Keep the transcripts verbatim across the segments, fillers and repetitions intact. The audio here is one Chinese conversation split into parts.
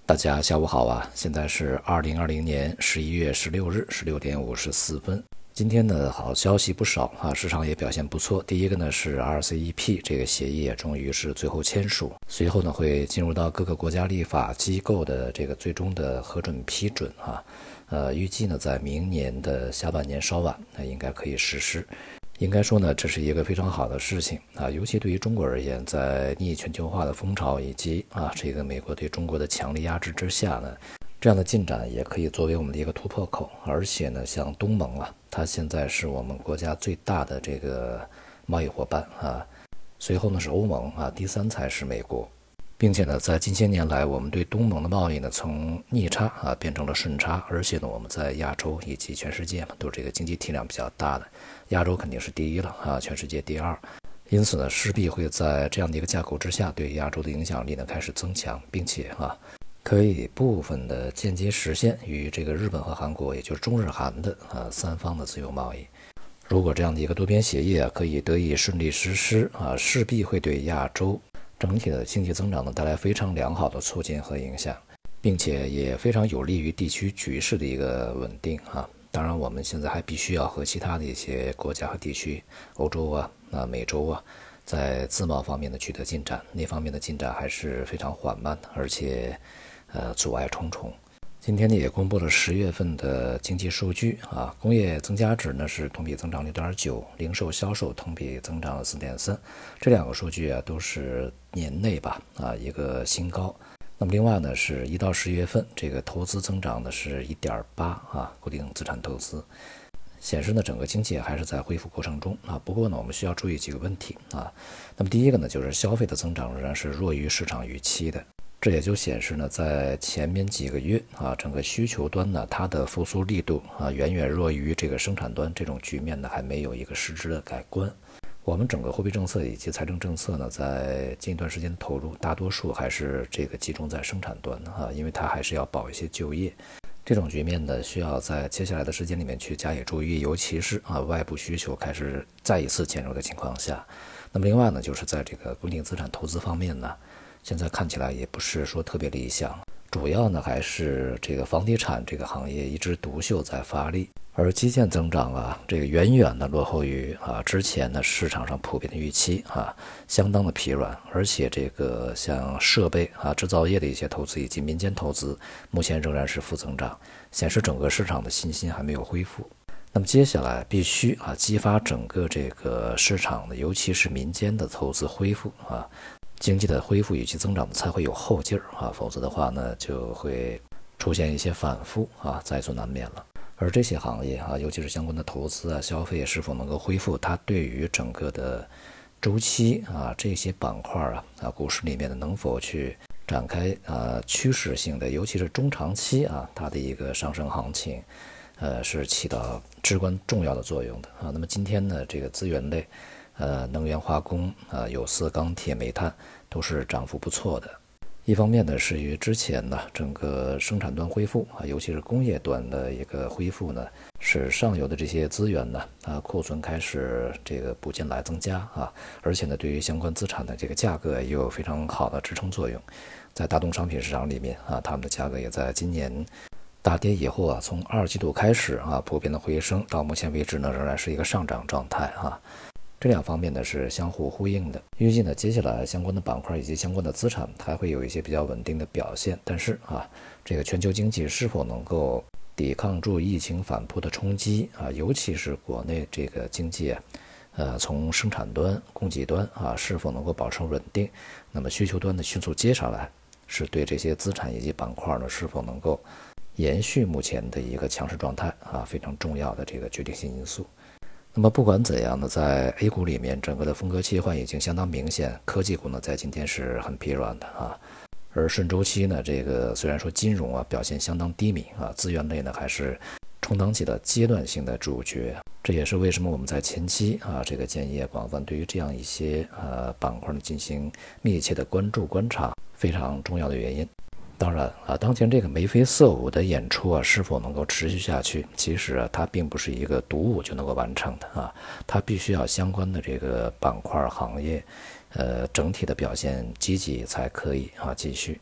大家下午好啊！现在是二零二零年十一月十六日十六点五十四分。今天呢，好消息不少啊，市场也表现不错。第一个呢是 R C E P 这个协议也终于是最后签署，随后呢会进入到各个国家立法机构的这个最终的核准批准啊。呃，预计呢在明年的下半年稍晚，那应该可以实施。应该说呢，这是一个非常好的事情啊，尤其对于中国而言，在逆全球化的风潮以及啊这个美国对中国的强力压制之下呢，这样的进展也可以作为我们的一个突破口。而且呢，像东盟啊，它现在是我们国家最大的这个贸易伙伴啊，随后呢是欧盟啊，第三才是美国。并且呢，在近些年来，我们对东盟的贸易呢，从逆差啊变成了顺差，而且呢，我们在亚洲以及全世界嘛，都是这个经济体量比较大的，亚洲肯定是第一了啊，全世界第二。因此呢，势必会在这样的一个架构之下，对亚洲的影响力呢开始增强，并且啊，可以部分的间接实现与这个日本和韩国，也就是中日韩的啊三方的自由贸易。如果这样的一个多边协议啊可以得以顺利实施啊，势必会对亚洲整体的经济增长呢带来非常良好的促进和影响，并且也非常有利于地区局势的一个稳定啊。当然，我们现在还必须要和其他的一些国家和地区，欧洲啊、啊美洲啊，在自贸方面的取得进展，那方面的进展还是非常缓慢的，而且呃阻碍重重。今天呢也公布了十月份的经济数据啊，工业增加值呢是同比增长 六点九， 零售销售同比增长 四点三， 这两个数据啊都是年内吧啊一个新高。那么另外呢是一到十月份这个投资增长呢是 一点八 啊，固定资产投资显示呢整个经济还是在恢复过程中啊。不过呢我们需要注意几个问题啊。那么第一个呢就是消费的增长仍然是弱于市场预期的。这也就显示呢，在前面几个月啊，整个需求端呢，它的复苏力度啊，远远弱于这个生产端，这种局面呢，还没有一个实质的改观。我们整个货币政策以及财政政策呢，在近一段时间的投入，大多数还是这个集中在生产端啊，因为它还是要保一些就业。这种局面呢，需要在接下来的时间里面去加以注意，尤其是啊，外部需求开始再一次减弱的情况下。那么另外呢，就是在这个固定资产投资方面呢，现在看起来也不是说特别理想，主要呢还是这个房地产这个行业一枝独秀在发力，而基建增长啊，这个远远的落后于啊之前呢市场上普遍的预期啊，相当的疲软，而且这个像设备啊、制造业的一些投资以及民间投资，目前仍然是负增长，显示整个市场的信心还没有恢复。那么接下来必须啊激发整个这个市场的，尤其是民间的投资恢复啊。经济的恢复以及增长才会有后劲儿啊，否则的话呢，就会出现一些反复啊，在所难免了。而这些行业啊，尤其是相关的投资啊、消费是否能够恢复，它对于整个的周期啊，这些板块啊啊，股市里面的能否去展开啊趋势性的，尤其是中长期啊，它的一个上升行情，呃，是起到至关重要的作用的啊。那么今天呢，这个资源类。呃，能源化工、呃，有色、钢铁、煤炭都是涨幅不错的。一方面呢，是与之前呢整个生产端恢复啊，尤其是工业端的一个恢复呢，使上游的这些资源呢啊库存开始这个补进来增加啊，而且呢，对于相关资产的这个价格也有非常好的支撑作用。在大宗商品市场里面啊，它们的价格也在今年大跌以后啊，从二季度开始啊，普遍的回升，到目前为止呢，仍然是一个上涨状态啊。这两方面呢是相互呼应的，预计呢接下来相关的板块以及相关的资产还会有一些比较稳定的表现，但是啊，这个全球经济是否能够抵抗住疫情反扑的冲击啊，尤其是国内这个经济啊，呃，从生产端、供给端啊是否能够保持稳定，那么需求端的迅速接上来，是对这些资产以及板块呢是否能够延续目前的一个强势状态啊非常重要的这个决定性因素。那么不管怎样呢，在 A 股里面，整个的风格切换已经相当明显，科技股呢在今天是很疲软的啊，而顺周期呢，这个虽然说金融啊表现相当低迷啊，资源类呢还是充当起了阶段性的主角，这也是为什么我们在前期啊这个建议广泛对于这样一些呃板块呢进行密切的关注观察，非常重要的原因。当然啊，当前这个眉飞色舞的演出啊，是否能够持续下去，其实啊，它并不是一个独舞就能够完成的啊，它必须要相关的这个板块行业，呃，整体的表现积极才可以啊继续。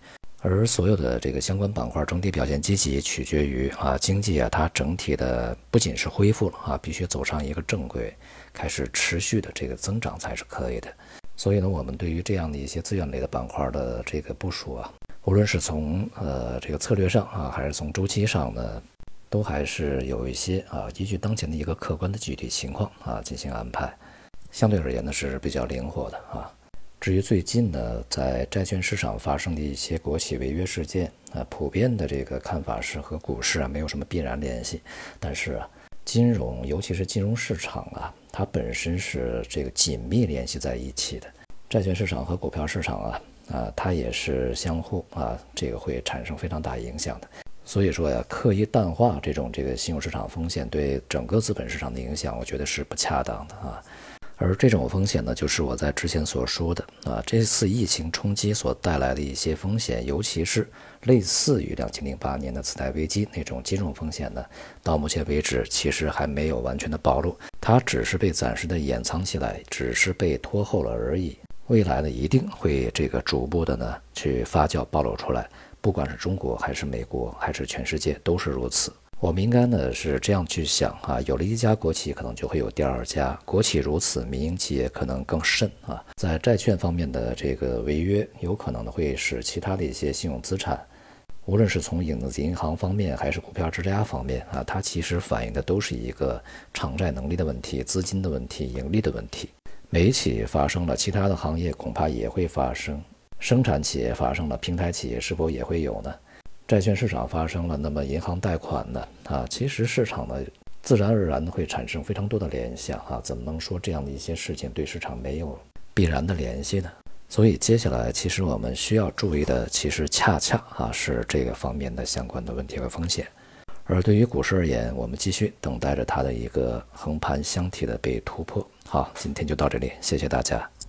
而所有的这个相关板块整体表现积极，取决于啊经济啊它整体的不仅是恢复了啊，必须走上一个正轨，开始持续的这个增长才是可以的。所以呢，我们对于这样的一些资源类的板块的这个部署啊，无论是从呃这个策略上啊，还是从周期上呢，都还是有一些啊依据当前的一个客观的具体情况啊进行安排，相对而言呢是比较灵活的啊。至于最近呢，在债券市场发生的一些国企违约事件啊，普遍的这个看法是和股市啊没有什么必然联系，但是啊，金融尤其是金融市场啊，它本身是这个紧密联系在一起的，债券市场和股票市场啊啊，它也是相互啊，这个会产生非常大影响的。所以说呀，刻意淡化这种这个信用市场风险对整个资本市场的影响，我觉得是不恰当的啊。而这种风险呢，就是我在之前所说的啊，这次疫情冲击所带来的一些风险，尤其是类似于两千零八年的次贷危机那种金融风险呢，到目前为止其实还没有完全的暴露，它只是被暂时的掩藏起来，只是被拖后了而已。未来呢，一定会这个逐步的呢去发酵暴露出来，不管是中国还是美国还是全世界都是如此。我们应该呢是这样去想啊，有了一家国企，可能就会有第二家，国企如此，民营企业可能更甚啊。在债券方面的这个违约，有可能呢会使其他的一些信用资产，无论是从影子银行方面还是股票质押方面啊，它其实反映的都是一个偿债能力的问题、资金的问题、盈利的问题。美企发生了，其他的行业恐怕也会发生，生产企业发生了，平台企业是否也会有呢？债券市场发生了，那么银行贷款呢？啊，其实市场呢，自然而然会产生非常多的联想啊，怎么能说这样的一些事情对市场没有必然的联系呢？所以接下来，其实我们需要注意的，其实恰恰啊是这个方面的相关的问题和风险。而对于股市而言，我们继续等待着它的一个横盘箱体的被突破。好，今天就到这里，谢谢大家。